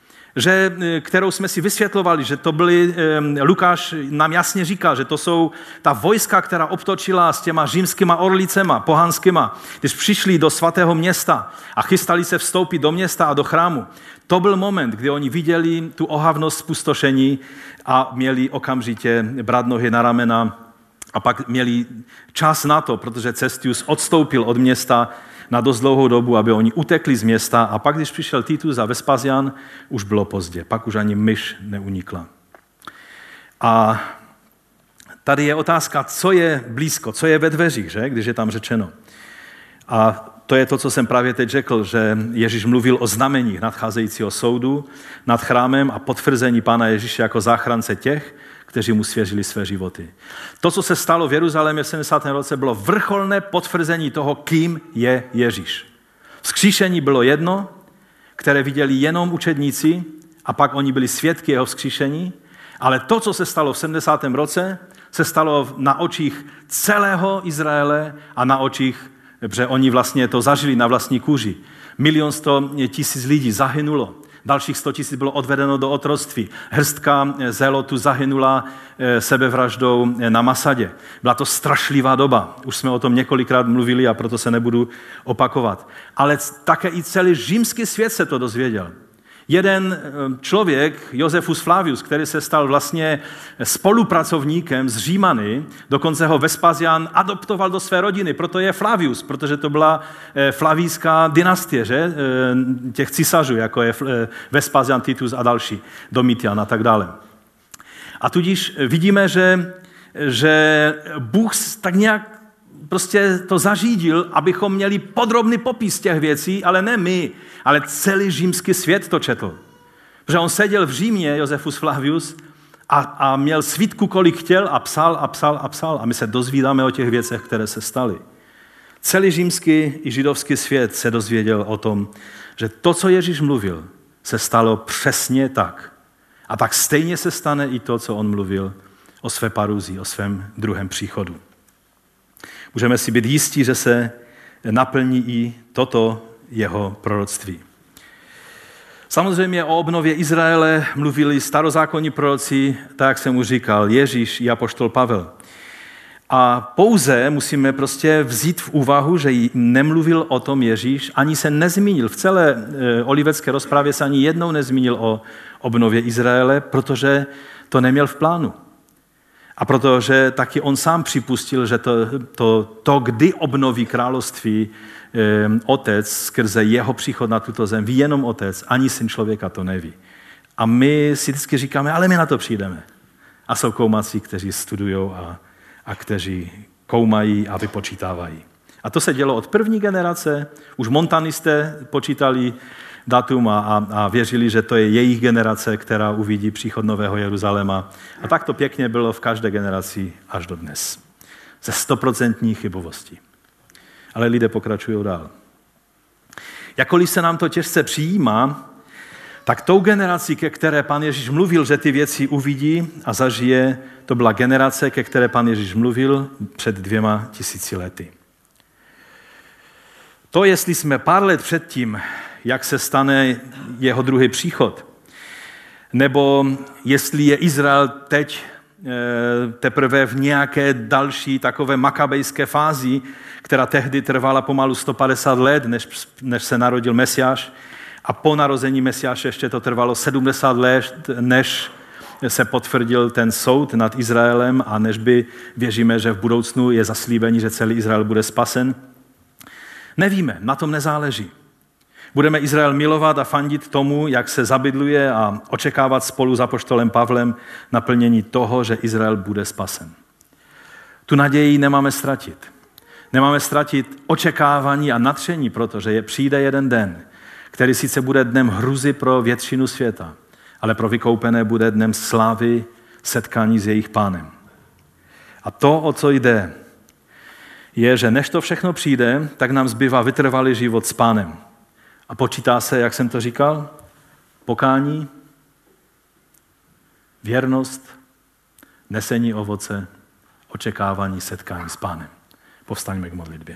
kterou jsme si vysvětlovali, že to byly, Lukáš nám jasně říká, že to jsou ta vojska, která obtočila s těma římskýma orlicema, pohanskýma, když přišli do svatého města a chystali se vstoupit do města a do chrámu. To byl moment, kdy oni viděli tu ohavnost spustošení a měli okamžitě brát nohy na ramena a pak měli čas na to, protože Cestius odstoupil od města na dost dlouhou dobu, aby oni utekli z města a pak, když přišel Titus a Vespasian, už bylo pozdě. Pak už ani myš neunikla. A tady je otázka, co je blízko, co je ve dveřích, že? Když je tam řečeno. A to je to, co jsem právě teď řekl, že Ježíš mluvil o znameních nadcházejícího soudu nad chrámem a potvrzení Pána Ježíše jako záchrance těch, kteří mu svěřili své životy. To, co se stalo v Jeruzalémě v 70. roce, bylo vrcholné potvrzení toho, kým je Ježíš. Vzkříšení bylo jedno, které viděli jenom učedníci a pak oni byli svědky jeho vzkříšení, ale to, co se stalo v 70. roce, se stalo na očích celého Izraele a na očích, protože oni vlastně to zažili na vlastní kůži. 1 100 000 lidí zahynulo. Dalších 100 000 bylo odvedeno do otroctví. Hrstka zélotů zahynula sebevraždou na Masadě. Byla to strašlivá doba. Už jsme o tom několikrát mluvili a proto se nebudu opakovat. Ale také i celý římský svět se to dozvěděl. Jeden člověk, Josephus Flavius, který se stal vlastně spolupracovníkem s Římany, dokonce ho Vespasian adoptoval do své rodiny, proto je Flavius, protože to byla flavijská dynastie, že? Těch císařů, jako je Vespasian, Titus a další, Domitian a tak dále. A tudíž vidíme, že Bůh tak nějak prostě to zařídil, abychom měli podrobný popis těch věcí, ale ne my, ale celý římský svět to četl. Protože on seděl v Římě, Josephus Flavius, a měl svítku, kolik chtěl a psal. A my se dozvídáme o těch věcech, které se staly. Celý římský i židovský svět se dozvěděl o tom, že to, co Ježíš mluvil, se stalo přesně tak. A tak stejně se stane i to, co on mluvil o své paruzi, o svém druhém příchodu. Můžeme si být jistí, že se naplní i toto jeho proroctví. Samozřejmě o obnově Izraele mluvili starozákonní proroci, tak jak jsem už říkal, Ježíš i apoštol Pavel. A pouze musíme prostě vzít v úvahu, že nemluvil o tom Ježíš, ani se nezmínil. V celé olivecké rozprávě se ani jednou nezmínil o obnově Izraele, protože to neměl v plánu. A protože taky on sám připustil, že to kdy obnoví království otec skrze jeho příchod na tuto zem, ví jenom otec, ani syn člověka to neví. A my si vždycky říkáme, ale my na to přijdeme. A jsou koumací, kteří studují a kteří koumají a vypočítávají. A to se dělo od první generace, už montanisté počítali datum a věřili, že to je jejich generace, která uvidí příchod Nového Jeruzaléma. A tak to pěkně bylo v každé generaci až do dnes. Ze 100% chybovostí. Ale lidé pokračují dál. Jakkoliv se nám to těžce přijímá, tak tou generací, ke které Pán Ježíš mluvil, že ty věci uvidí a zažije, to byla generace, ke které Pán Ježíš mluvil před 2000 lety. To, jestli jsme pár let před tím, jak se stane jeho druhý příchod, nebo jestli je Izrael teď teprve v nějaké další takové makabejské fázi, která tehdy trvala pomalu 150 let, než se narodil Mesiáš, a po narození Mesiáše ještě to trvalo 70 let, než se potvrdil ten soud nad Izraelem a než by věříme, že v budoucnu je zaslíbení, že celý Izrael bude spasen. Nevíme, na tom nezáleží. Budeme Izrael milovat a fandit tomu, jak se zabydluje a očekávat spolu s apoštolem Pavlem naplnění toho, že Izrael bude spasen. Tu naději nemáme ztratit. Nemáme ztratit očekávání a nadšení, protože přijde jeden den, který sice bude dnem hruzy pro většinu světa, ale pro vykoupené bude dnem slávy setkání s jejich Pánem. A to, o co jde, je, že než to všechno přijde, tak nám zbývá vytrvalý život s Pánem. A počítá se, jak jsem to říkal, pokání, věrnost, nesení ovoce, očekávání setkání s Pánem. Povstaňme k modlitbě.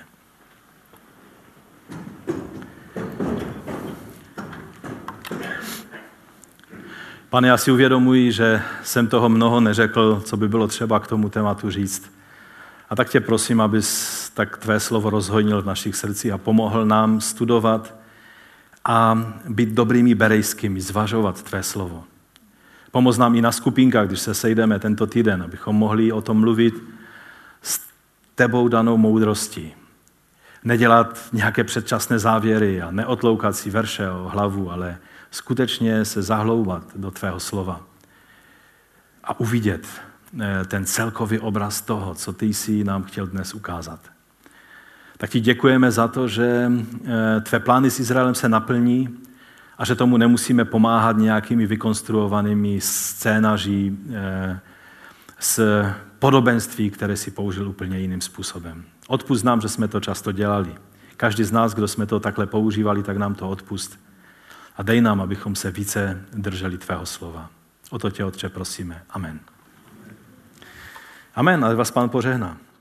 Pane, já si uvědomuji, že jsem toho mnoho neřekl, co by bylo třeba k tomu tématu říct. A tak tě prosím, abys tak tvé slovo rozhojnil v našich srdcích a pomohl nám studovat a být dobrými berejskými, zvažovat tvé slovo. Pomoz nám i na skupinkách, když se sejdeme tento týden, abychom mohli o tom mluvit s tebou danou moudrostí. Nedělat nějaké předčasné závěry a neotloukat si verše o hlavu, ale skutečně se zahloubat do tvého slova a uvidět ten celkový obraz toho, co ty jsi nám chtěl dnes ukázat. Tak ti děkujeme za to, že tvé plány s Izraelem se naplní a že tomu nemusíme pomáhat nějakými vykonstruovanými scénaři s podobenství, které si použil úplně jiným způsobem. Odpusť nám, že jsme to často dělali. Každý z nás, kdo jsme to takhle používali, tak nám to odpusť. A dej nám, abychom se více drželi tvého slova. O to tě, Otče, prosíme. Amen. Amen. A vás Pán požehná.